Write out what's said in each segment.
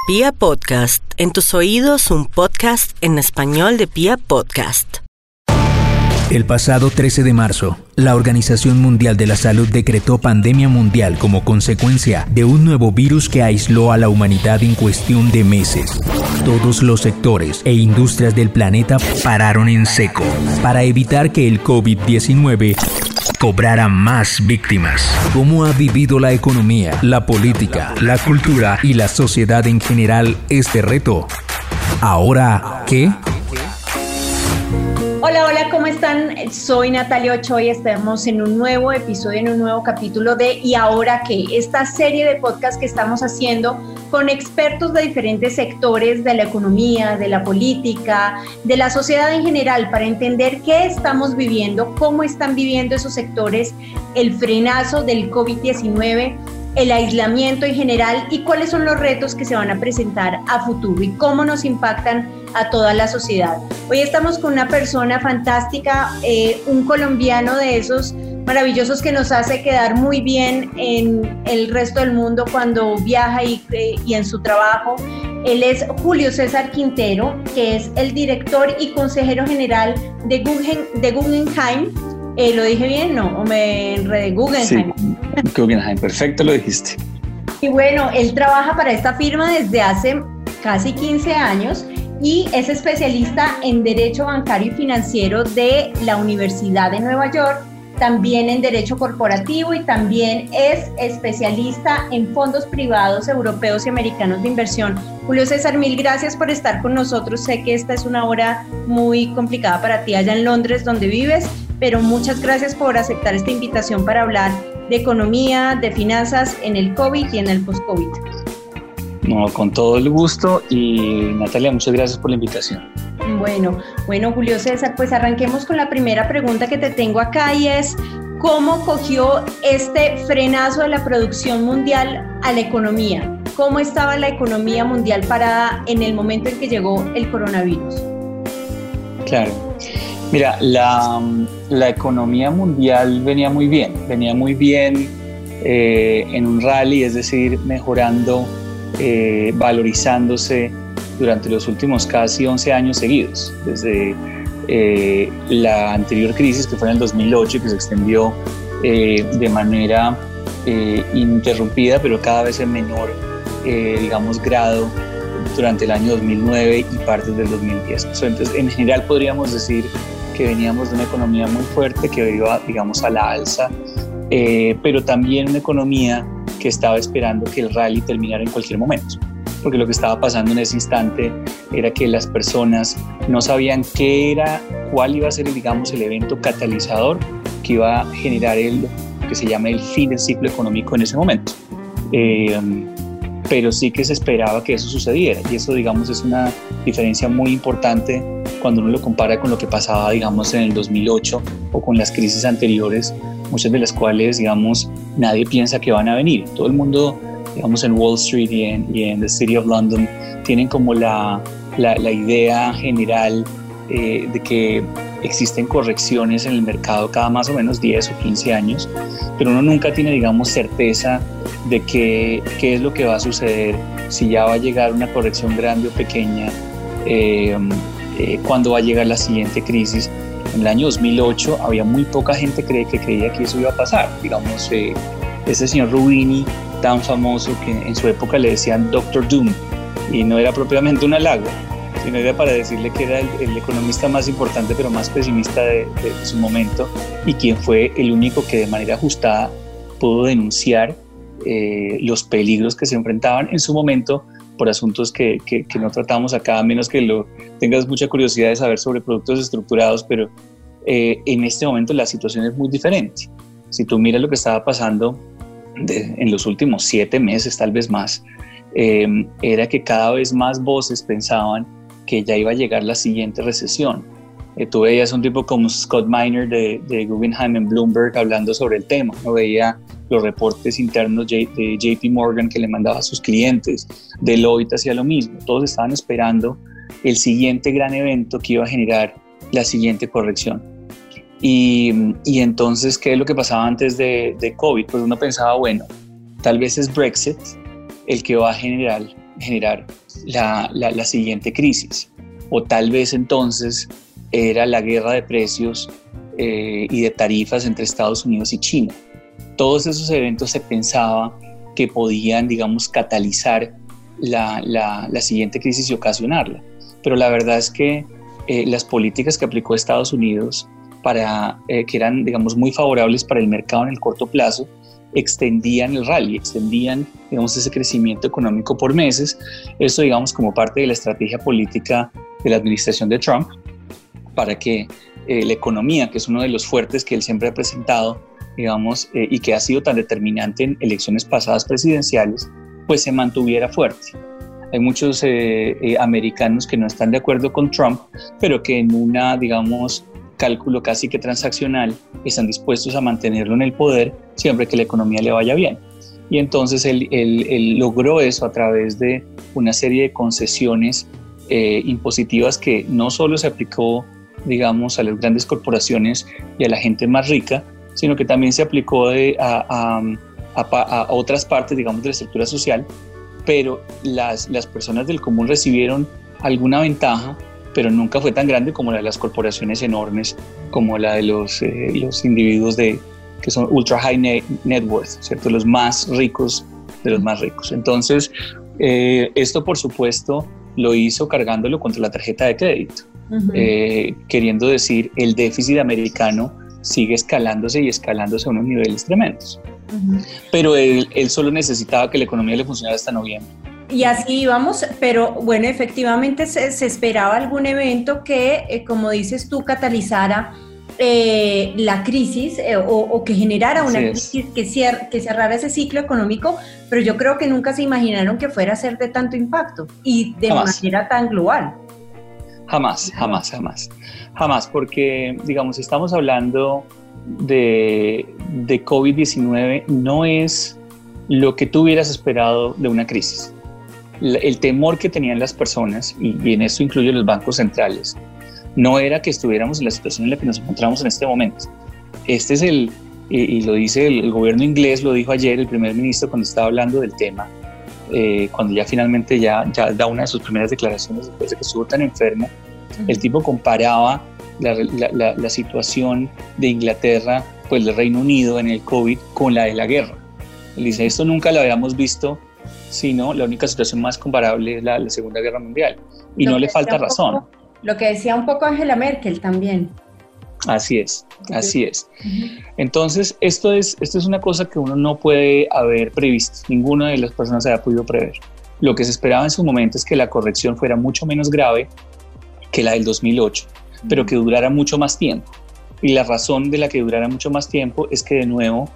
Pia Podcast, en tus oídos un podcast en español de Pia Podcast. El pasado 13 de marzo, la Organización Mundial de la Salud decretó pandemia mundial como consecuencia de un nuevo virus que aisló a la humanidad en cuestión de meses. Todos los sectores e industrias del planeta pararon en seco para evitar que el COVID-19 cobrara más víctimas. ¿Cómo ha vivido la economía, la política, la cultura y la sociedad en general este reto? ¿Ahora qué? Hola, ¿cómo están? Soy Natalia Ochoa y estamos en un nuevo episodio, en un nuevo capítulo de ¿Y ahora qué? Esta serie de podcast que estamos haciendo con expertos de diferentes sectores de la economía, de la política, de la sociedad en general, para entender qué estamos viviendo, cómo están viviendo esos sectores, el frenazo del COVID-19, el aislamiento en general y cuáles son los retos que se van a presentar a futuro y cómo nos impactan a toda la sociedad. Hoy estamos con una persona fantástica, un colombiano de esos maravillosos que nos hace quedar muy bien en el resto del mundo cuando viaja y en su trabajo. Él es Julio César Quintero, que es el director y consejero general de Guggenheim. ¿Lo dije bien? ¿No? ¿O me enredé? Guggenheim. Sí, Guggenheim, perfecto, lo dijiste. Y bueno, él trabaja para esta firma desde hace casi 15 años y es especialista en Derecho Bancario y Financiero de la Universidad de Nueva York, también en Derecho Corporativo y también es especialista en fondos privados europeos y americanos de inversión. Julio César, mil gracias por estar con nosotros. Sé que esta es una hora muy complicada para ti allá en Londres, donde vives, pero muchas gracias por aceptar esta invitación para hablar de economía, de finanzas en el COVID y en el post-COVID. No, con todo el gusto y Natalia, muchas gracias por la invitación. Bueno, Julio César, pues arranquemos con la primera pregunta que te tengo acá y es ¿cómo cogió este frenazo de la producción mundial a la economía? ¿Cómo estaba la economía mundial parada en el momento en que llegó el coronavirus? Claro. Mira, la economía mundial venía muy bien en un rally, es decir, mejorando, valorizándose durante los últimos casi 11 años seguidos, desde la anterior crisis que fue en el 2008 y que se extendió de manera ininterrumpida, pero cada vez en menor, grado durante el año 2009 y partes del 2010. Entonces, en general podríamos decir que veníamos de una economía muy fuerte que iba, a la alza, pero también una economía que estaba esperando que el rally terminara en cualquier momento, porque lo que estaba pasando en ese instante era que las personas no sabían cuál iba a ser, el evento catalizador que iba a generar lo que se llama el fin del ciclo económico en ese momento. Pero sí que se esperaba que eso sucediera y eso, es una diferencia muy importante cuando uno lo compara con lo que pasaba, en el 2008 o con las crisis anteriores, muchas de las cuales, nadie piensa que van a venir. Todo el mundo, en Wall Street y en the City of London tienen como la idea general de que existen correcciones en el mercado cada más o menos 10 o 15 años, pero uno nunca tiene, certeza de qué es lo que va a suceder, si ya va a llegar una corrección grande o pequeña, cuándo va a llegar la siguiente crisis. En el año 2008 había muy poca gente que creía que eso iba a pasar. Ese señor Rubini, tan famoso que en su época le decían Doctor Doom, y no era propiamente un halago, sino era para decirle que era el economista más importante pero más pesimista de su momento y quien fue el único que de manera ajustada pudo denunciar los peligros que se enfrentaban en su momento por asuntos que no tratamos acá, a menos que tengas mucha curiosidad de saber sobre productos estructurados, pero en este momento la situación es muy diferente. Si tú miras lo que estaba pasando en los últimos 7 meses, tal vez más, era que cada vez más voces pensaban que ya iba a llegar la siguiente recesión. Tú veías un tipo como Scott Miner de Guggenheim en Bloomberg hablando sobre el tema, no veía los reportes internos de JP Morgan que le mandaba a sus clientes, Deloitte hacía lo mismo, todos estaban esperando el siguiente gran evento que iba a generar la siguiente corrección. Y entonces, ¿qué es lo que pasaba antes de COVID? Pues uno pensaba, bueno, tal vez es Brexit el que va a generar generar la siguiente crisis. O tal vez entonces era la guerra de precios y de tarifas entre Estados Unidos y China. Todos esos eventos se pensaba que podían, digamos, catalizar la siguiente crisis y ocasionarla. Pero la verdad es que las políticas que aplicó Estados Unidos que eran, digamos, muy favorables para el mercado en el corto plazo, extendían el rally, extendían, digamos, ese crecimiento económico por meses. Eso, digamos, como parte de la estrategia política de la administración de Trump, para que la economía, que es uno de los fuertes que él siempre ha presentado, digamos, y que ha sido tan determinante en elecciones pasadas presidenciales, pues se mantuviera fuerte. Hay muchos americanos que no están de acuerdo con Trump, pero que en una, digamos, cálculo casi que transaccional están dispuestos a mantenerlo en el poder siempre que la economía le vaya bien. Y entonces él logró eso a través de una serie de concesiones impositivas que no solo se aplicó, digamos, a las grandes corporaciones y a la gente más rica, sino que también se aplicó a otras partes, digamos, de la estructura social, pero las personas del común recibieron alguna ventaja, pero nunca fue tan grande como la de las corporaciones enormes, como la de los individuos que son ultra high net worth, ¿cierto? Los más ricos de los más ricos. Entonces, esto por supuesto lo hizo cargándolo contra la tarjeta de crédito, queriendo decir, el déficit americano sigue escalándose y escalándose a unos niveles tremendos. Pero él solo necesitaba que la economía le funcionara hasta noviembre. Y así íbamos, pero bueno, efectivamente se esperaba algún evento que, como dices tú, catalizara la crisis o que generara una crisis que cerrara ese ciclo económico, pero yo creo que nunca se imaginaron que fuera a ser de tanto impacto y de manera tan global. Jamás, porque, digamos, estamos hablando de COVID-19, no es lo que tú hubieras esperado de una crisis. El temor que tenían las personas, y en esto incluye los bancos centrales, no era que estuviéramos en la situación en la que nos encontramos en este momento. Este es y lo dice el gobierno inglés, lo dijo ayer el primer ministro cuando estaba hablando del tema, cuando ya finalmente ya da una de sus primeras declaraciones después de que estuvo tan enfermo. El tipo comparaba la situación de Inglaterra, pues del Reino Unido en el COVID, con la de la guerra. Él dice, esto nunca lo habíamos visto, sino la única situación más comparable es la Segunda Guerra Mundial. Y no le falta razón. Lo que decía un poco Angela Merkel también. Así es. Entonces, esto es una cosa que uno no puede haber previsto. Ninguna de las personas había podido prever. Lo que se esperaba en su momento es que la corrección fuera mucho menos grave que la del 2008, pero que durara mucho más tiempo. Y la razón de la que durara mucho más tiempo es que, de nuevo,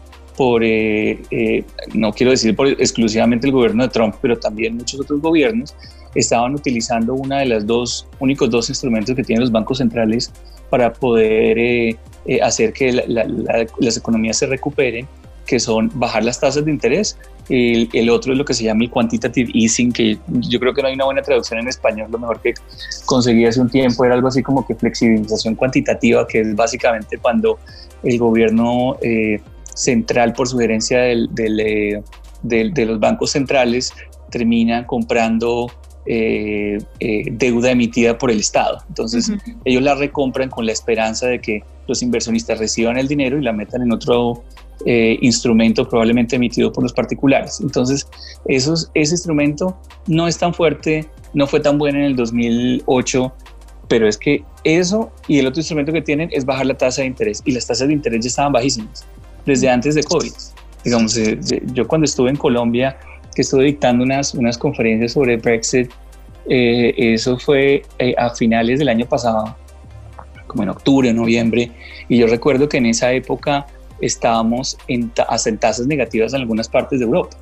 no quiero decir por exclusivamente el gobierno de Trump, pero también muchos otros gobiernos estaban utilizando una de los únicos dos instrumentos que tienen los bancos centrales para poder hacer que las economías se recuperen, que son bajar las tasas de interés. El otro es lo que se llama el quantitative easing, que yo creo que no hay una buena traducción en español. Lo mejor que conseguí hace un tiempo era algo así como que flexibilización cuantitativa, que es básicamente cuando el gobierno central, por sugerencia de los bancos centrales, termina comprando deuda emitida por el Estado. Entonces ellos la recompran con la esperanza de que los inversionistas reciban el dinero y la metan en otro instrumento probablemente emitido por los particulares. Entonces ese instrumento no es tan fuerte, no fue tan bueno en el 2008, pero es que eso y el otro instrumento que tienen es bajar la tasa de interés, y las tasas de interés ya estaban bajísimas desde antes de COVID. Digamos, yo cuando estuve en Colombia, que estuve dictando unas conferencias sobre Brexit, eso fue a finales del año pasado, como en octubre o noviembre, y yo recuerdo que en esa época estábamos hasta en tasas negativas en algunas partes de Europa.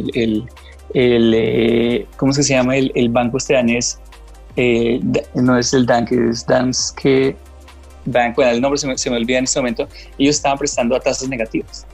¿Cómo es que se llama el banco danés? No es el Danske, es Danske Bank, bueno, el nombre se me olvida en este momento. Ellos estaban prestando a tasas negativas.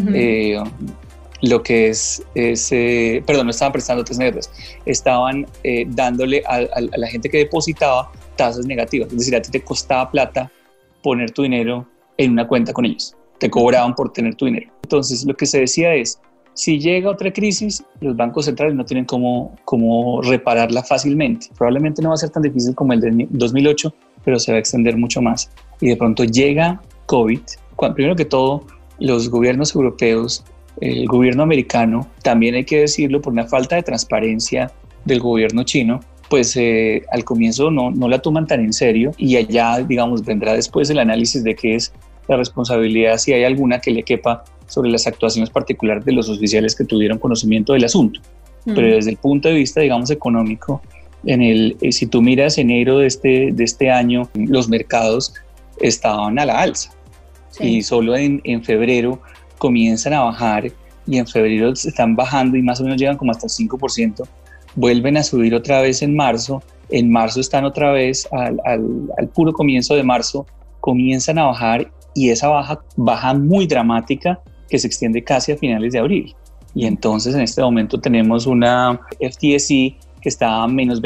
Lo que perdón, no estaban prestando tasas negativas, estaban dándole a la gente que depositaba tasas negativas. Es decir, a ti te costaba plata poner tu dinero en una cuenta con ellos, te cobraban por tener tu dinero. Entonces lo que se decía es, Si llega otra crisis, los bancos centrales no tienen cómo repararla fácilmente. Probablemente no va a ser tan difícil como el de 2008, pero se va a extender mucho más. Y de pronto llega COVID. Primero que todo, los gobiernos europeos, el gobierno americano, también hay que decirlo, por una falta de transparencia del gobierno chino, pues al comienzo no la toman tan en serio, y allá, digamos, vendrá después el análisis de qué es la responsabilidad, si hay alguna que le quepa, sobre las actuaciones particulares de los oficiales que tuvieron conocimiento del asunto. Pero desde el punto de vista, digamos, económico, si tú miras enero de este año, los mercados estaban a la alza. Sí. Y solo en febrero comienzan a bajar, y en febrero están bajando y más o menos llegan como hasta el 5%, vuelven a subir otra vez en marzo están otra vez al puro comienzo de marzo, comienzan a bajar, y esa baja muy dramática que se extiende casi a finales de abril. Y entonces en este momento tenemos una FTSE que está a menos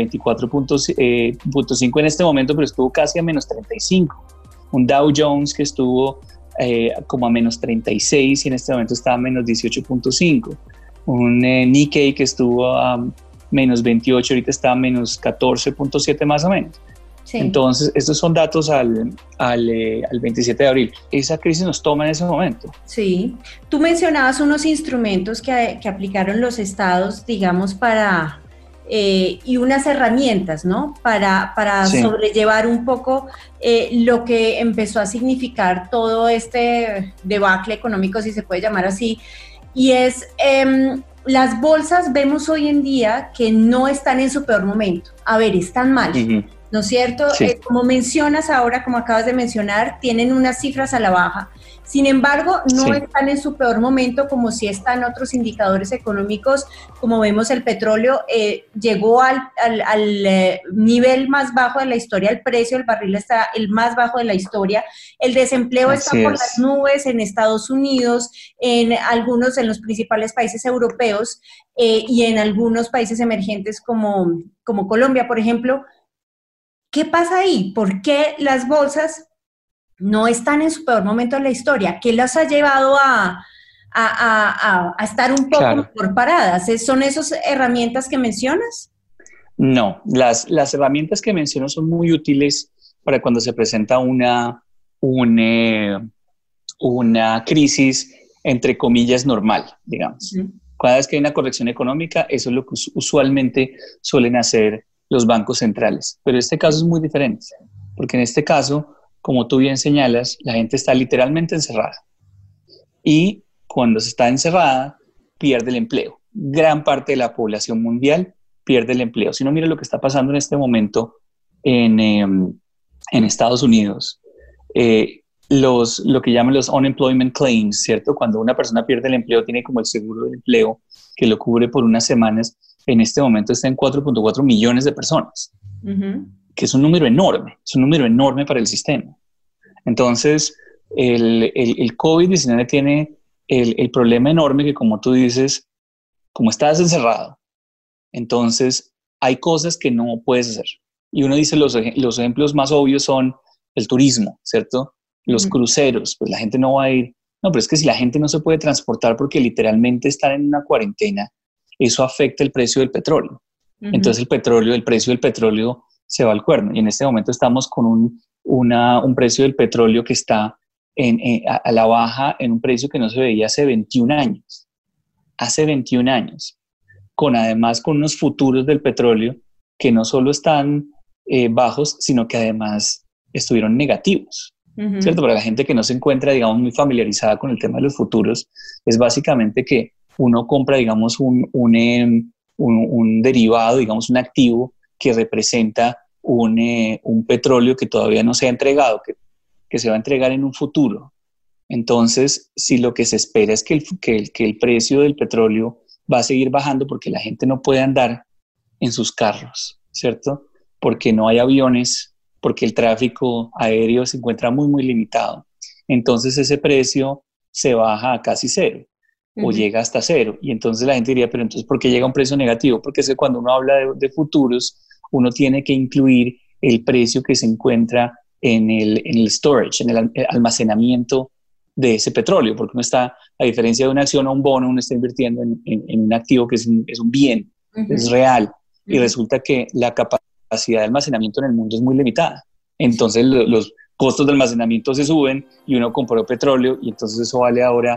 24.5 en este momento, pero estuvo casi a menos 35. Un Dow Jones que estuvo como a menos 36 y en este momento está a menos 18.5. Un Nikkei que estuvo a menos 28, ahorita está a menos 14.7 más o menos. Sí. Entonces, estos son datos al 27 de abril. Esa crisis nos toma en ese momento. Sí. Tú mencionabas unos instrumentos que aplicaron los estados, digamos, y unas herramientas, ¿no? Para sí, sobrellevar un poco lo que empezó a significar todo este debacle económico, si se puede llamar así, y es... las bolsas vemos hoy en día que no están en su peor momento. A ver, están mal. Uh-huh. ¿No es cierto? Sí. Como mencionas ahora, como acabas de mencionar, tienen unas cifras a la baja. Sin embargo, no sí, están en su peor momento como si están otros indicadores económicos. Como vemos, el petróleo llegó al nivel más bajo de la historia, el precio del barril está el más bajo de la historia. El desempleo está por las nubes en Estados Unidos, en los principales países europeos y en algunos países emergentes como Colombia, por ejemplo. ¿Qué pasa ahí? ¿Por qué las bolsas no están en su peor momento de la historia? ¿Qué las ha llevado a estar un poco mejor paradas? ¿Son esas herramientas que mencionas? No, las herramientas que menciono son muy útiles para cuando se presenta una crisis, entre comillas, normal, digamos. Uh-huh. Cada vez que hay una corrección económica, eso es lo que usualmente suelen hacer los bancos centrales. Pero este caso es muy diferente, porque en este caso, como tú bien señalas, la gente está literalmente encerrada. Y cuando se está encerrada, pierde el empleo. Gran parte de la población mundial pierde el empleo. Si uno mira lo que está pasando en este momento en Estados Unidos, lo que llaman los unemployment claims, ¿cierto? Cuando una persona pierde el empleo, tiene como el seguro de empleo que lo cubre por unas semanas. En este momento está en 4.4 millones de personas, uh-huh, que es un número enorme para el sistema. Entonces, el COVID-19 tiene el problema enorme que, como tú dices, como estás encerrado, entonces hay cosas que no puedes hacer. Y uno dice, los ejemplos más obvios son el turismo, ¿cierto? Los cruceros, pues la gente no va a ir. No, pero es que si la gente no se puede transportar porque literalmente están en una cuarentena, eso afecta el precio del petróleo. Uh-huh. Entonces el precio del petróleo se va al cuerno. Y en este momento estamos con un precio del petróleo que está a la baja, en un precio que no se veía hace 21 años. Hace 21 años. Además con unos futuros del petróleo que no solo están bajos, sino que además estuvieron negativos. Uh-huh. ¿Cierto? Para la gente que no se encuentra, digamos, muy familiarizada con el tema de los futuros, es básicamente que uno compra, digamos, un derivado, digamos, un activo que representa un petróleo que todavía no se ha entregado, que se va a entregar en un futuro. Entonces, si lo que se espera es que el precio del petróleo va a seguir bajando porque la gente no puede andar en sus carros, ¿cierto? Porque no hay aviones, porque el tráfico aéreo se encuentra muy, muy limitado. Entonces, ese precio se baja a casi cero. O llega hasta cero, y entonces la gente diría, pero entonces ¿por qué llega a un precio negativo? Porque es que cuando uno habla de futuros, uno tiene que incluir el precio que se encuentra en el storage, en el almacenamiento de ese petróleo, porque uno está A diferencia de una acción o un bono, uno está invirtiendo en un activo que es un bien, es real, y resulta que la capacidad de almacenamiento en el mundo es muy limitada. Entonces los costos de almacenamiento se suben y uno compró petróleo y entonces eso vale ahora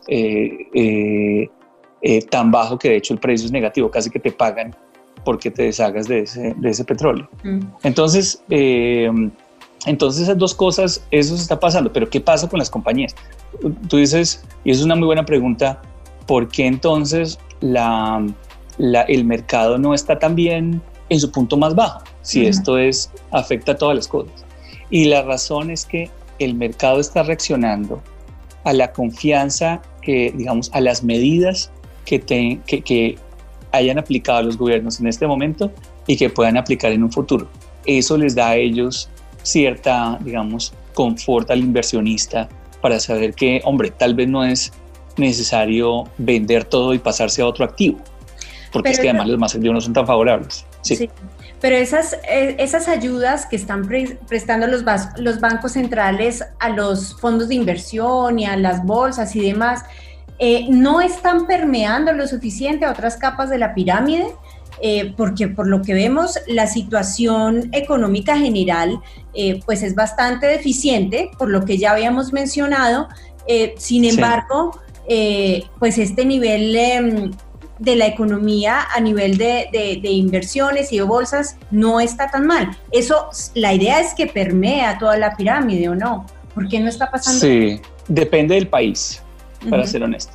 tan bajo que de hecho el precio es negativo, casi que te pagan porque te deshagas de ese petróleo. Entonces esas dos cosas, eso se está pasando, pero ¿qué pasa con las compañías? Tú dices, y eso es una muy buena pregunta, ¿por qué entonces el mercado no está tan bien en su punto más bajo? Si esto afecta a todas las cosas. Y la razón es que el mercado está reaccionando a la confianza a las medidas que hayan aplicado los gobiernos en este momento y que puedan aplicar en un futuro. Eso les da a ellos cierta, confort al inversionista para saber que, hombre, tal vez no es necesario vender todo y pasarse a otro activo, porque es que además los más activos no son tan favorables. Sí. Pero esas ayudas que están prestando los bancos centrales a los fondos de inversión y a las bolsas y demás, no están permeando lo suficiente a otras capas de la pirámide, porque por lo que vemos la situación económica general pues es bastante deficiente, por lo que ya habíamos mencionado. Sin embargo, pues este nivel de la economía a nivel de inversiones y de bolsas no está tan mal. Eso, la idea es que permea toda la pirámide, ¿o no? ¿Por qué no está pasando? Sí, depende del país, para ser honesto.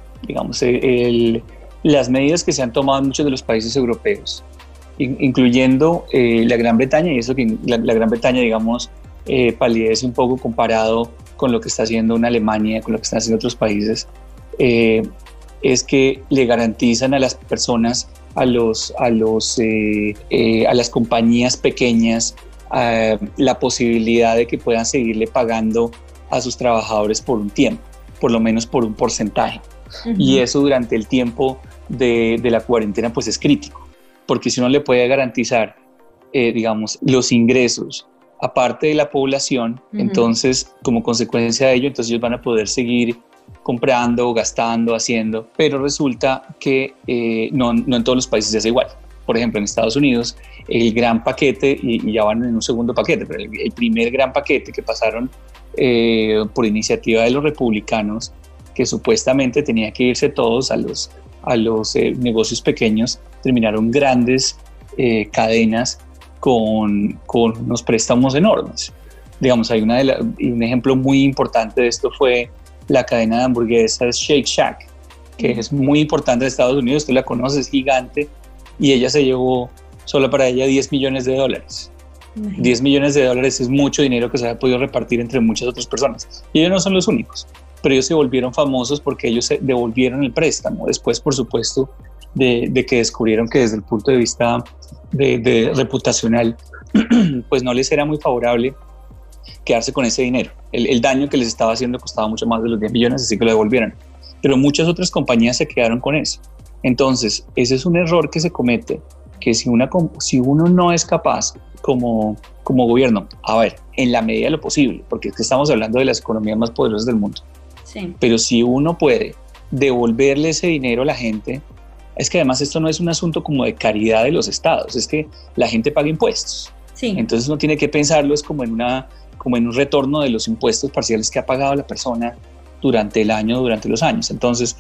Las medidas que se han tomado en muchos de los países europeos, incluyendo la Gran Bretaña, y eso que la Gran Bretaña, palidece un poco comparado con lo que está haciendo una Alemania, con lo que están haciendo otros países, es que le garantizan a las personas, a las compañías pequeñas, la posibilidad de que puedan seguirle pagando a sus trabajadores por un tiempo, por lo menos por un porcentaje. Y eso durante el tiempo de la cuarentena pues es crítico, porque si uno le puede garantizar, los ingresos aparte de la población, entonces como consecuencia de ello, entonces ellos van a poder seguir comprando, gastando, haciendo, pero resulta que no en todos los países es igual. Por ejemplo, en Estados Unidos, el gran paquete, y ya van en un segundo paquete, pero el primer gran paquete que pasaron por iniciativa de los republicanos, que supuestamente tenía que irse todos a los negocios pequeños, terminaron grandes cadenas con unos préstamos enormes. Hay un ejemplo muy importante de esto fue la cadena de hamburguesas Shake Shack, que es muy importante en Estados Unidos, tú la conoces, es gigante, y ella se llevó solo para ella $10 millones. $10 millones es mucho dinero que se ha podido repartir entre muchas otras personas. Y ellos no son los únicos, pero ellos se volvieron famosos porque ellos se devolvieron el préstamo. Después, por supuesto, de que descubrieron que desde el punto de vista de reputacional, pues no les era muy favorable quedarse con ese dinero. El daño que les estaba haciendo costaba mucho más de los 10 millones, así que lo devolvieron. Pero muchas otras compañías se quedaron con eso. Entonces, ese es un error que se comete, que si uno no es capaz como gobierno, en la medida de lo posible, porque es que estamos hablando de las economías más poderosas del mundo, pero si uno puede devolverle ese dinero a la gente, es que además esto no es un asunto como de caridad de los estados, es que la gente paga impuestos. Entonces uno tiene que pensarlo es como en un retorno de los impuestos parciales que ha pagado la persona durante el año, durante los años. Entonces,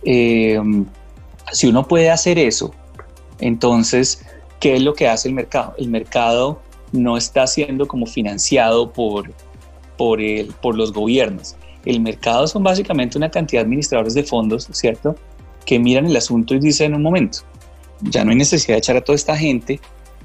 si uno puede hacer eso, entonces, ¿qué es lo que hace el mercado? El mercado no está siendo como financiado por los gobiernos. El mercado son básicamente una cantidad de administradores de fondos, ¿cierto?, que miran el asunto y dicen, un momento, ya no hay necesidad de echar a toda esta gente.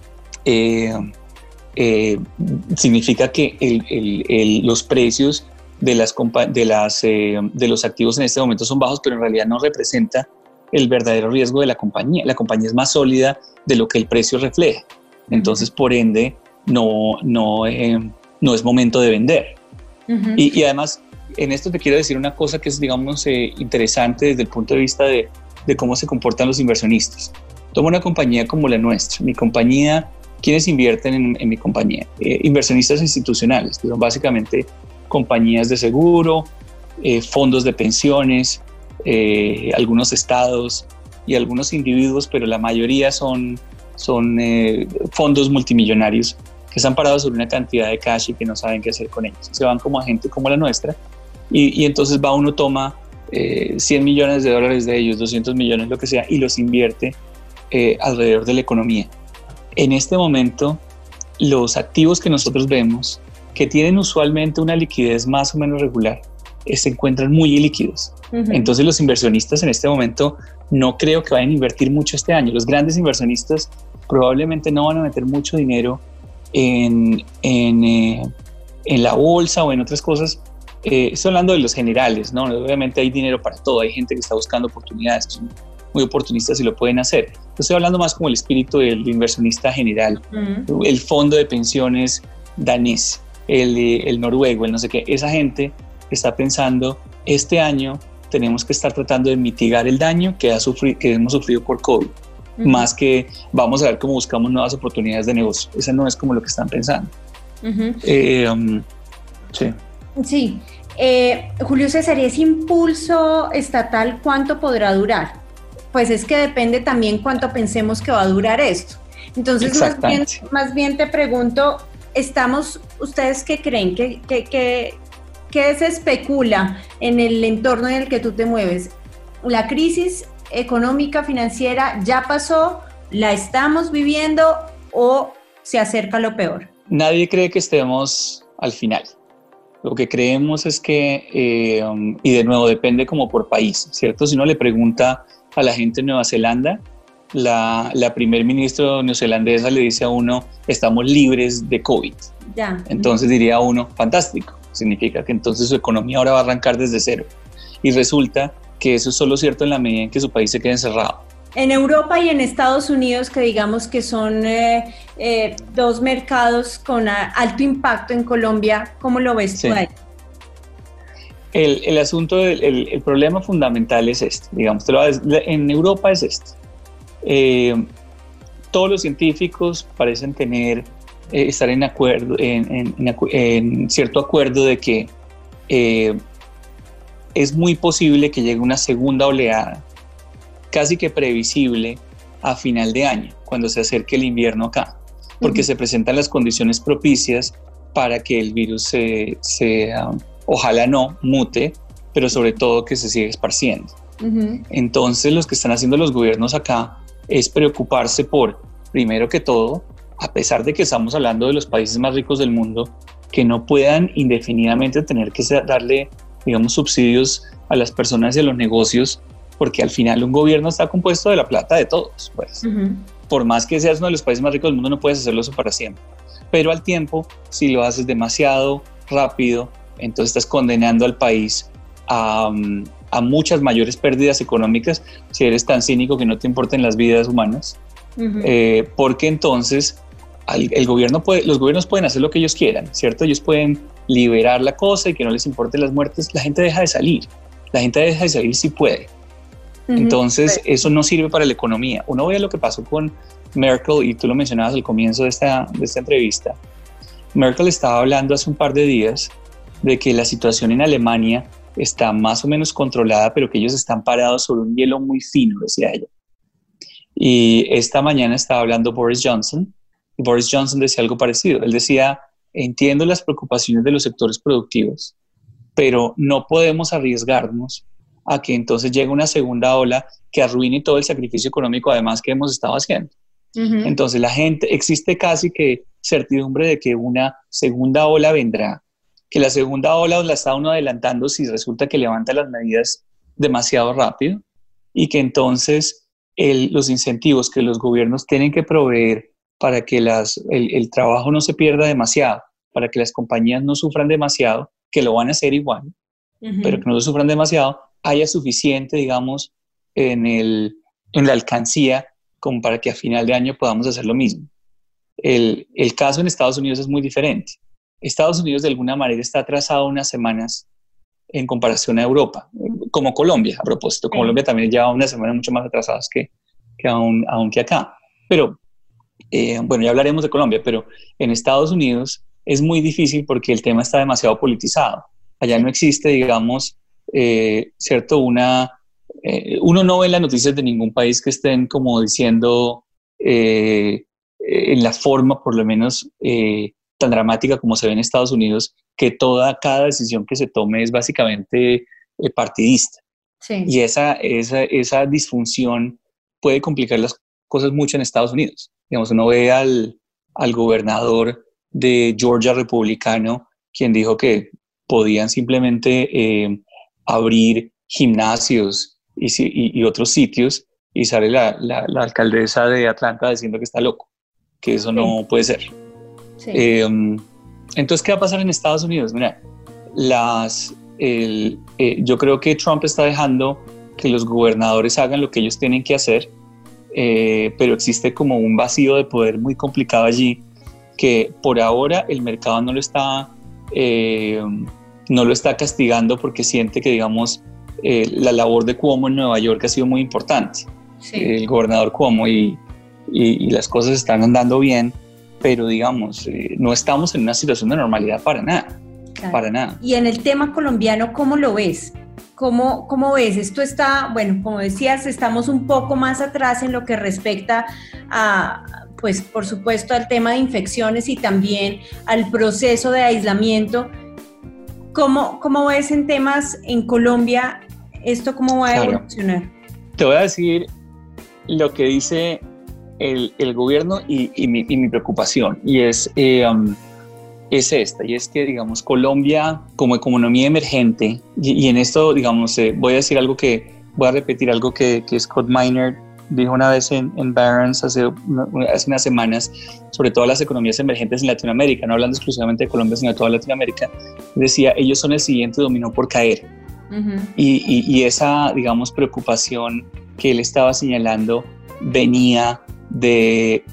Significa que los precios de los activos en este momento son bajos, pero en realidad no representa el verdadero riesgo de la compañía. La compañía es más sólida de lo que el precio refleja. Entonces, por ende, no es momento de vender. Y además, en esto te quiero decir una cosa que es, interesante desde el punto de vista de cómo se comportan los inversionistas. Toma una compañía como la nuestra. Mi compañía, ¿quiénes invierten en mi compañía? Inversionistas institucionales, que son básicamente compañías de seguro, fondos de pensiones, algunos estados y algunos individuos, pero la mayoría son fondos multimillonarios que están parados sobre una cantidad de cash y que no saben qué hacer con ellos. Se van como a gente como la nuestra y entonces va uno, toma $100 millones de ellos, 200 millones, lo que sea, y los invierte alrededor de la economía. En este momento, los activos que nosotros vemos, que tienen usualmente una liquidez más o menos regular, se encuentran muy ilíquidos. Entonces los inversionistas en este momento no creo que vayan a invertir mucho este año. Los grandes inversionistas probablemente no van a meter mucho dinero en la bolsa o en otras cosas. Estoy hablando de los generales, ¿no? Obviamente hay dinero para todo, hay gente que está buscando oportunidades, que son muy oportunistas y lo pueden hacer. Estoy hablando más como el espíritu del inversionista general, el fondo de pensiones danés, el noruego, el no sé qué. Esa gente está pensando, este año tenemos que estar tratando de mitigar el daño que hemos sufrido por COVID, más que vamos a ver cómo buscamos nuevas oportunidades de negocio. Esa no es como lo que están pensando. Sí. Sí. Julio César, ¿y ese impulso estatal cuánto podrá durar? Pues es que depende también cuánto pensemos que va a durar esto. Entonces, más bien te pregunto, ¿ustedes qué creen? ¿Qué se especula en el entorno en el que tú te mueves? ¿La crisis económica, financiera ya pasó? ¿La estamos viviendo o se acerca lo peor? Nadie cree que estemos al final. Lo que creemos es que, y de nuevo, depende como por país, ¿cierto? Si uno le pregunta a la gente de Nueva Zelanda, la primer ministro neozelandesa le dice a uno, estamos libres de COVID. Ya. Entonces diría uno, fantástico. Significa que entonces su economía ahora va a arrancar desde cero. Y resulta que eso es solo cierto en la medida en que su país se quede encerrado. En Europa y en Estados Unidos, que digamos que son dos mercados con alto impacto en Colombia, ¿cómo lo ves tú ahí? El asunto, el problema fundamental es este, digamos, en Europa es este. Todos los científicos parecen estar en acuerdo, en cierto acuerdo de que es muy posible que llegue una segunda oleada, casi que previsible a final de año, cuando se acerque el invierno acá, porque se presentan las condiciones propicias para que el virus ojalá no mute, pero sobre todo que se siga esparciendo. Entonces, lo que están haciendo los gobiernos acá es preocuparse por, primero que todo, a pesar de que estamos hablando de los países más ricos del mundo, que no puedan indefinidamente tener que darle, digamos, subsidios a las personas y a los negocios, porque al final un gobierno está compuesto de la plata de todos, pues. Por más que seas uno de los países más ricos del mundo, no puedes hacerlo eso para siempre. Pero al tiempo, si lo haces demasiado rápido, entonces estás condenando al país a muchas mayores pérdidas económicas, si eres tan cínico que no te importen las vidas humanas, porque entonces los gobiernos pueden hacer lo que ellos quieran, ¿cierto? Ellos pueden liberar la cosa y que no les importen las muertes. La gente deja de salir si puede. Entonces eso no sirve para la economía. Uno ve lo que pasó con Merkel, y tú lo mencionabas al comienzo de esta entrevista. Merkel estaba hablando hace un par de días de que la situación en Alemania está más o menos controlada, pero que ellos están parados sobre un hielo muy fino, decía ella. Y esta mañana estaba hablando Boris Johnson, y Boris Johnson decía algo parecido. Él decía, entiendo las preocupaciones de los sectores productivos, pero no podemos arriesgarnos a que entonces llegue una segunda ola que arruine todo el sacrificio económico además que hemos estado haciendo. Entonces existe casi que certidumbre de que una segunda ola vendrá, que la segunda ola la está uno adelantando si resulta que levanta las medidas demasiado rápido, y que entonces los incentivos que los gobiernos tienen que proveer para que el trabajo no se pierda demasiado, para que las compañías no sufran demasiado, que lo van a hacer igual, pero que no sufran demasiado, haya suficiente, digamos, en la alcancía como para que a final de año podamos hacer lo mismo. El caso en Estados Unidos es muy diferente. Estados Unidos de alguna manera está atrasado unas semanas en comparación a Europa, como Colombia, a propósito. Colombia también lleva unas semanas mucho más atrasadas que acá. Pero, bueno, ya hablaremos de Colombia, pero en Estados Unidos es muy difícil porque el tema está demasiado politizado. Allá no existe, digamos, ¿cierto? uno no ve en las noticias de ningún país que estén como diciendo en la forma por lo menos tan dramática como se ve en Estados Unidos, que cada decisión que se tome es básicamente partidista. Sí. Y esa disfunción puede complicar las cosas mucho en Estados Unidos. Digamos, uno ve al gobernador de Georgia republicano, quien dijo que podían simplemente abrir gimnasios y otros sitios, y sale la alcaldesa de Atlanta diciendo que está loco, que eso no puede ser. Sí. Entonces, ¿qué va a pasar en Estados Unidos? Mira, yo creo que Trump está dejando que los gobernadores hagan lo que ellos tienen que hacer, pero existe como un vacío de poder muy complicado allí, que por ahora el mercado no lo está castigando, porque siente que, digamos, la labor de Cuomo en Nueva York ha sido muy importante. Sí. El gobernador Cuomo, y las cosas están andando bien, pero digamos, no estamos en una situación de normalidad para nada. Claro. Para nada. Y en el tema colombiano, ¿cómo lo ves? ¿Cómo ves? Esto está, bueno, como decías, estamos un poco más atrás en lo que respecta a, pues, por supuesto, al tema de infecciones y también al proceso de aislamiento. ¿Cómo ves en temas en Colombia esto, cómo va a evolucionar? Te voy a decir lo que dice el gobierno y mi preocupación, y es esta, y es que, digamos, Colombia como economía emergente, y en esto, digamos, voy a repetir algo que Scott Minerd dijo una vez en Barron's hace unas semanas, sobre todas las economías emergentes en Latinoamérica, no hablando exclusivamente de Colombia, sino de toda Latinoamérica. Decía, ellos son el siguiente dominó por caer. Uh-huh. Y esa, digamos, preocupación que él estaba señalando venía del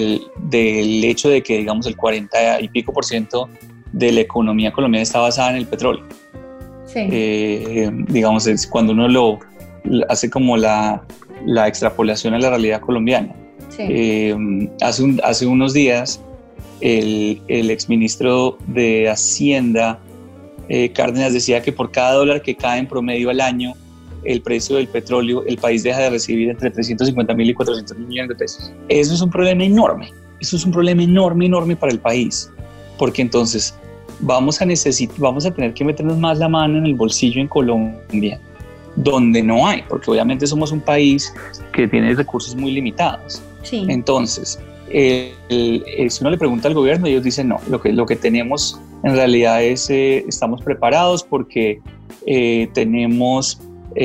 hecho de que, digamos, el 40 y pico % de la economía colombiana está basada en el petróleo. Sí. Digamos, es cuando uno lo hace como la extrapolación a la realidad colombiana. Sí. Hace unos días el exministro de Hacienda, Cárdenas, decía que por cada dólar que cae en promedio al año el precio del petróleo, el país deja de recibir entre 350.000 y 400.000 millones de pesos. Eso es un problema enorme. Eso es un problema enorme para el país, porque entonces vamos a tener que meternos más la mano en el bolsillo en Colombia, donde no hay, porque obviamente somos un país que tiene recursos muy limitados. Sí. Entonces, si uno le pregunta al gobierno, ellos dicen no, lo que tenemos en realidad es, estamos preparados porque tenemos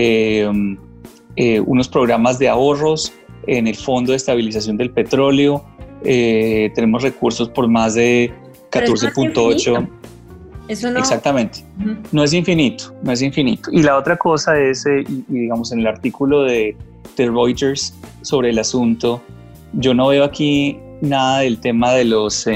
unos programas de ahorros en el Fondo de Estabilización del Petróleo, tenemos recursos por más de 14.8. Eso no. Exactamente. Uh-huh. No es infinito. Y la otra cosa es, y digamos, en el artículo de Reuters sobre el asunto, yo no veo aquí nada del tema de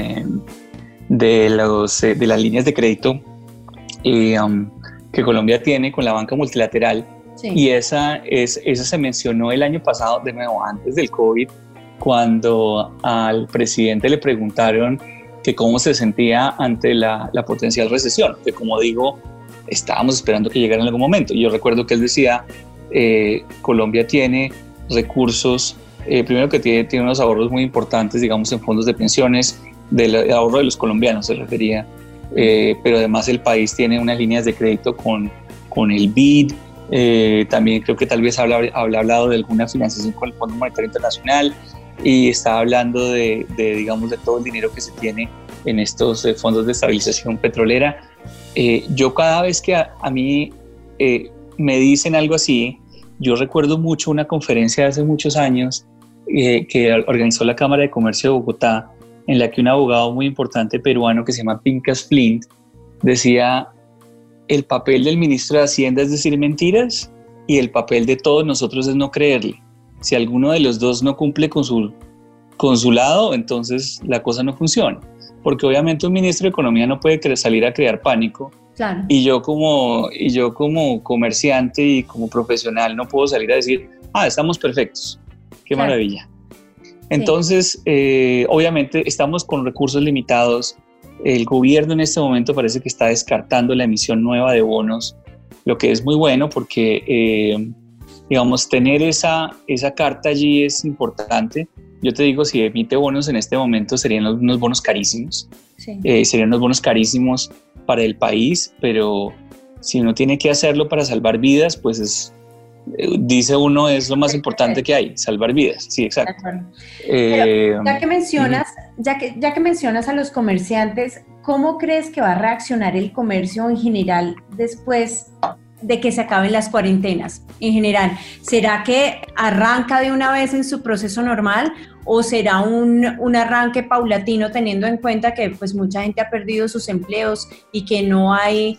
las líneas de crédito que Colombia tiene con la banca multilateral. Sí. Y esa se mencionó el año pasado, de nuevo, antes del COVID, cuando al presidente le preguntaron que cómo se sentía ante la potencial recesión, que, como digo, estábamos esperando que llegara en algún momento. Y yo recuerdo que él decía, Colombia tiene recursos, primero que tiene unos ahorros muy importantes, digamos, en fondos de pensiones, del ahorro de los colombianos se refería, pero además el país tiene unas líneas de crédito con el BID, también creo que tal vez habla hablado de alguna financiación con el Fondo Monetario Internacional, y está hablando digamos, de todo el dinero que se tiene en estos fondos de estabilización petrolera. Yo cada vez que a mí me dicen algo así, yo recuerdo mucho una conferencia de hace muchos años que organizó la Cámara de Comercio de Bogotá, en la que un abogado muy importante peruano que se llama Pincus Flint decía: el papel del ministro de Hacienda es decir mentiras y el papel de todos nosotros es no creerle. Si alguno de los dos no cumple con su lado, entonces la cosa no funciona. Porque obviamente un ministro de Economía no puede salir a crear pánico. Claro. Y yo como comerciante y como profesional no puedo salir a decir, estamos perfectos. Qué claro. Maravilla. Entonces, obviamente estamos con recursos limitados. El gobierno en este momento parece que está descartando la emisión nueva de bonos, lo que es muy bueno porque digamos, tener esa carta allí es importante. Yo te digo, si emite bonos en este momento serían unos bonos carísimos, Sí. Serían unos bonos carísimos para el país, pero si uno tiene que hacerlo para salvar vidas, pues dice uno, es lo más importante que hay, salvar vidas. Sí, exacto. Pero ya que mencionas a los comerciantes, ¿cómo crees que va a reaccionar el comercio en general después de que se acaben las cuarentenas? En general, ¿será que arranca de una vez en su proceso normal o será un arranque paulatino, teniendo en cuenta que pues mucha gente ha perdido sus empleos y que no hay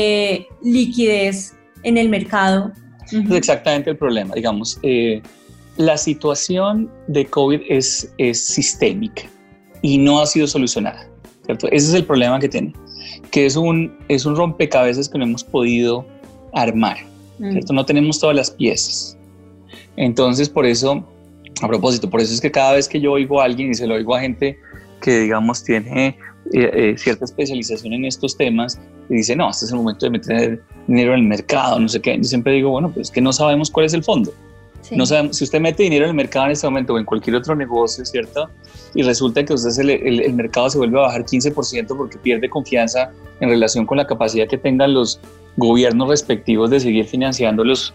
liquidez en el mercado? Es exactamente el problema, digamos. La situación de COVID es sistémica y no ha sido solucionada, ¿cierto? Ese es el problema que tiene, que es un rompecabezas que no hemos podido armar, ¿cierto? No tenemos todas las piezas. Entonces, por eso, a propósito, por eso es que cada vez que yo oigo a alguien, y se lo oigo a gente que, digamos, tiene cierta especialización en estos temas, y dice, no, este es el momento de meter dinero en el mercado, no sé qué. Yo siempre digo, bueno, pues es que no sabemos cuál es el fondo. Sí. No sabemos, si usted mete dinero en el mercado en este momento o en cualquier otro negocio, ¿cierto? Y resulta que usted el mercado se vuelve a bajar 15% porque pierde confianza en relación con la capacidad que tengan los gobiernos respectivos de seguir financiando las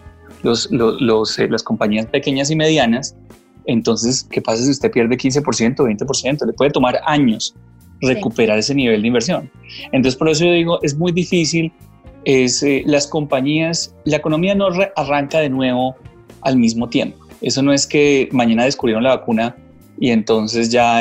compañías pequeñas y medianas. Entonces, ¿qué pasa si usted pierde 15%, 20%? Le puede tomar años recuperar ese nivel de inversión. Entonces, por eso yo digo, es muy difícil. Las compañías, la economía no arranca de nuevo al mismo tiempo. Eso no es que mañana descubrieron la vacuna y entonces ya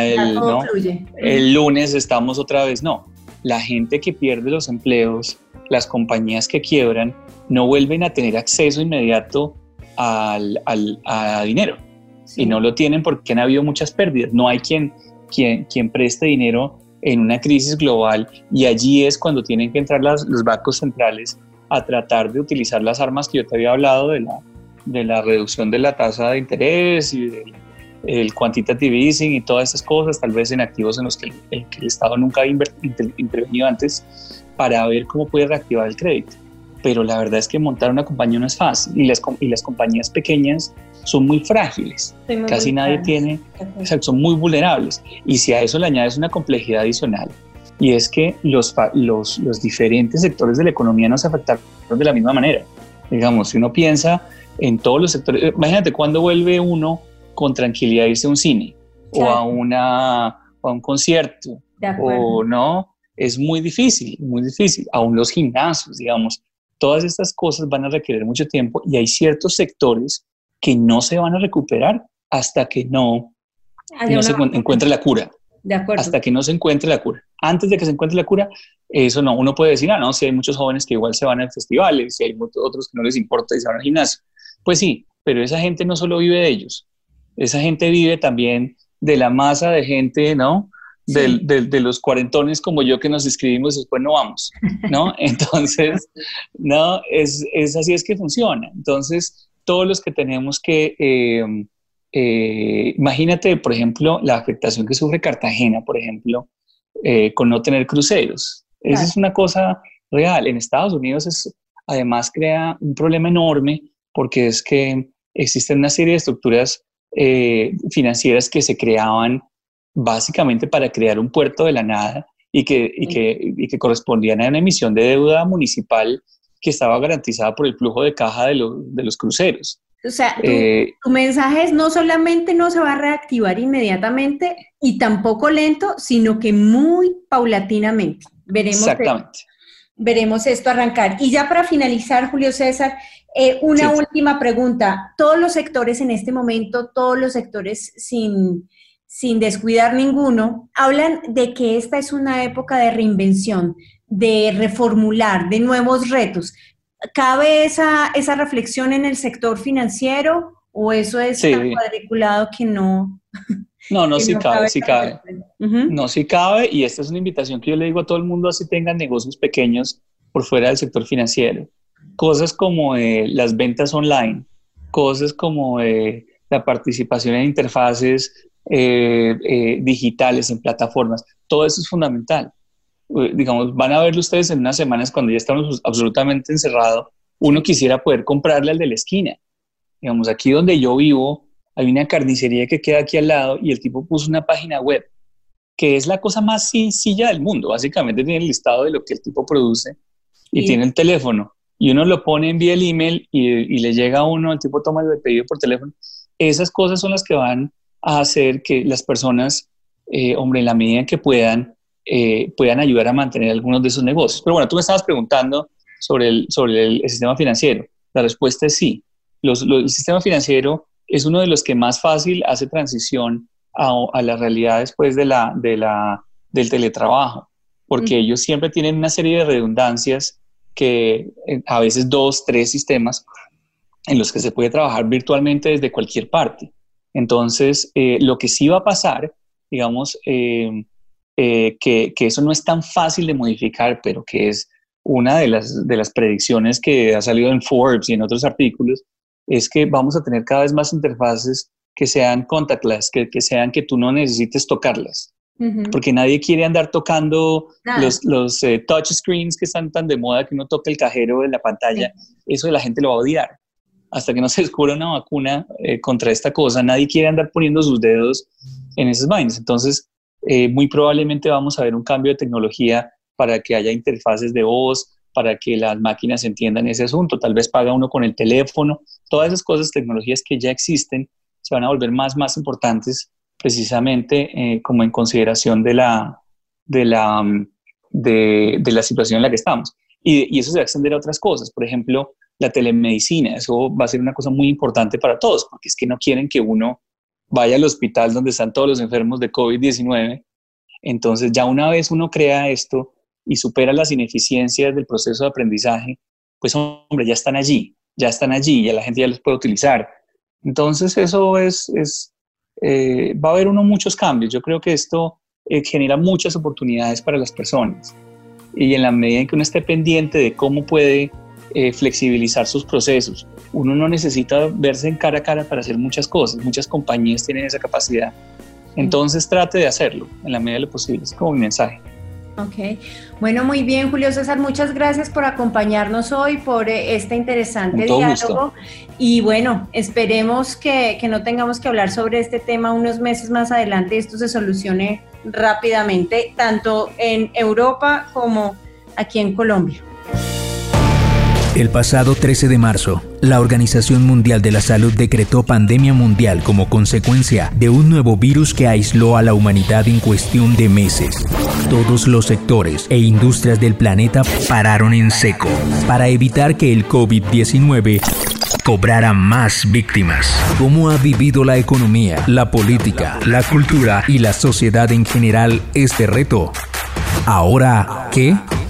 el lunes estamos otra vez. No, la gente que pierde los empleos, las compañías que quiebran, no vuelven a tener acceso inmediato a dinero. Sí. Y no lo tienen porque han habido muchas pérdidas. No hay quien preste dinero en una crisis global, y allí es cuando tienen que entrar los bancos centrales a tratar de utilizar las armas que yo te había hablado de la reducción de la tasa de interés y del quantitative easing y todas esas cosas, tal vez en activos en los que el Estado nunca ha intervenido antes, para ver cómo puede reactivar el crédito. Pero la verdad es que montar una compañía no es fácil, y las compañías pequeñas son muy frágiles, casi nadie tiene, son muy vulnerables. Y si a eso le añades una complejidad adicional, y es que los diferentes sectores de la economía no se afectaron de la misma manera. Digamos, si uno piensa en todos los sectores, imagínate cuando vuelve uno con tranquilidad a irse a un cine, claro, o a un concierto, o no, es muy difícil, aún los gimnasios, digamos, todas estas cosas van a requerir mucho tiempo, y hay ciertos sectores que no se van a recuperar hasta que no se encuentre la cura. De acuerdo. Hasta que no se encuentre la cura. Antes de que se encuentre la cura, eso no, uno puede decir, no, si hay muchos jóvenes que igual se van a festivales, si hay otros que no les importa y se van al gimnasio. Pues sí, pero esa gente no solo vive de ellos, esa gente vive también de la masa de gente, ¿no? Sí. De los cuarentones como yo que nos inscribimos y después no vamos, ¿no? Entonces, no, es así es que funciona. Entonces, todos los que tenemos que, imagínate, por ejemplo, la afectación que sufre Cartagena, por ejemplo, con no tener cruceros. Claro. Esa es una cosa real. En Estados Unidos además crea un problema enorme, porque es que existen una serie de estructuras financieras que se creaban básicamente para crear un puerto de la nada y que correspondían a una emisión de deuda municipal que estaba garantizada por el flujo de caja de los cruceros. O sea, tu mensaje es no solamente no se va a reactivar inmediatamente y tampoco lento, sino que muy paulatinamente. Veremos esto arrancar. Y ya para finalizar, Julio César, una última pregunta. Todos los sectores en este momento, todos los sectores sin descuidar ninguno, hablan de que esta es una época de reinvención, de reformular, de nuevos retos. ¿Cabe esa reflexión en el sector financiero o eso es tan cuadriculado que no? No, sí cabe. Uh-huh. No, sí cabe, y esta es una invitación que yo le digo a todo el mundo, así tengan negocios pequeños por fuera del sector financiero. Cosas como las ventas online, cosas como la participación en interfaces digitales, en plataformas, todo eso es fundamental. Digamos, van a verlo ustedes en unas semanas cuando ya estamos absolutamente encerrados. Uno quisiera poder comprarle al de la esquina, Digamos, aquí donde yo vivo, hay una carnicería que queda aquí al lado y el tipo puso una página web, que es la cosa más sencilla del mundo. Básicamente tiene el listado de lo que el tipo produce y tiene el teléfono. Y uno lo pone, envía el email y le llega a uno, el tipo toma el pedido por teléfono. Esas cosas son las que van a hacer que las personas, en la medida en que puedan ayudar a mantener algunos de esos negocios. Pero bueno, tú me estabas preguntando sobre el sistema financiero. La respuesta es sí. El sistema financiero es uno de los que más fácil hace transición a las realidades pues, del teletrabajo, porque ellos siempre tienen una serie de redundancias que a veces 2, 3 sistemas en los que se puede trabajar virtualmente desde cualquier parte. Entonces, lo que sí va a pasar, digamos, que eso no es tan fácil de modificar, pero que es una de las predicciones que ha salido en Forbes y en otros artículos, es que vamos a tener cada vez más interfaces que sean contactless, que sean que tú no necesites tocarlas. Porque nadie quiere andar tocando los touch screens que están tan de moda que uno toca el cajero en la pantalla. Eso la gente lo va a odiar. Hasta que no se descubra una vacuna contra esta cosa, nadie quiere andar poniendo sus dedos en esas vainas. Entonces, muy probablemente vamos a ver un cambio de tecnología para que haya interfaces de voz, para que las máquinas entiendan ese asunto. Tal vez paga uno con el teléfono. Todas esas cosas, tecnologías que ya existen, se van a volver más importantes precisamente como en consideración de la situación en la que estamos. Y eso se va a extender a otras cosas. Por ejemplo, la telemedicina. Eso va a ser una cosa muy importante para todos, porque es que no quieren que uno vaya al hospital donde están todos los enfermos de COVID-19. Entonces, ya una vez uno crea esto y supera las ineficiencias del proceso de aprendizaje, pues hombre, ya están allí, ya la gente ya los puede utilizar. Entonces eso va a haber muchos cambios. Yo creo que esto genera muchas oportunidades para las personas, y en la medida en que uno esté pendiente de cómo puede flexibilizar sus procesos, uno no necesita verse en cara a cara para hacer muchas cosas. Muchas compañías tienen esa capacidad. Entonces trate de hacerlo en la medida de lo posible. Es como mi mensaje. Ok, bueno, muy bien, Julio César, muchas gracias por acompañarnos hoy, por este interesante diálogo. Gusto. Y bueno, esperemos que no tengamos que hablar sobre este tema unos meses más adelante y esto se solucione rápidamente, tanto en Europa como aquí en Colombia. El pasado 13 de marzo, la Organización Mundial de la Salud decretó pandemia mundial como consecuencia de un nuevo virus que aisló a la humanidad en cuestión de meses. Todos los sectores e industrias del planeta pararon en seco para evitar que el COVID-19 cobrara más víctimas. ¿Cómo ha vivido la economía, la política, la cultura y la sociedad en general este reto? ¿Ahora qué?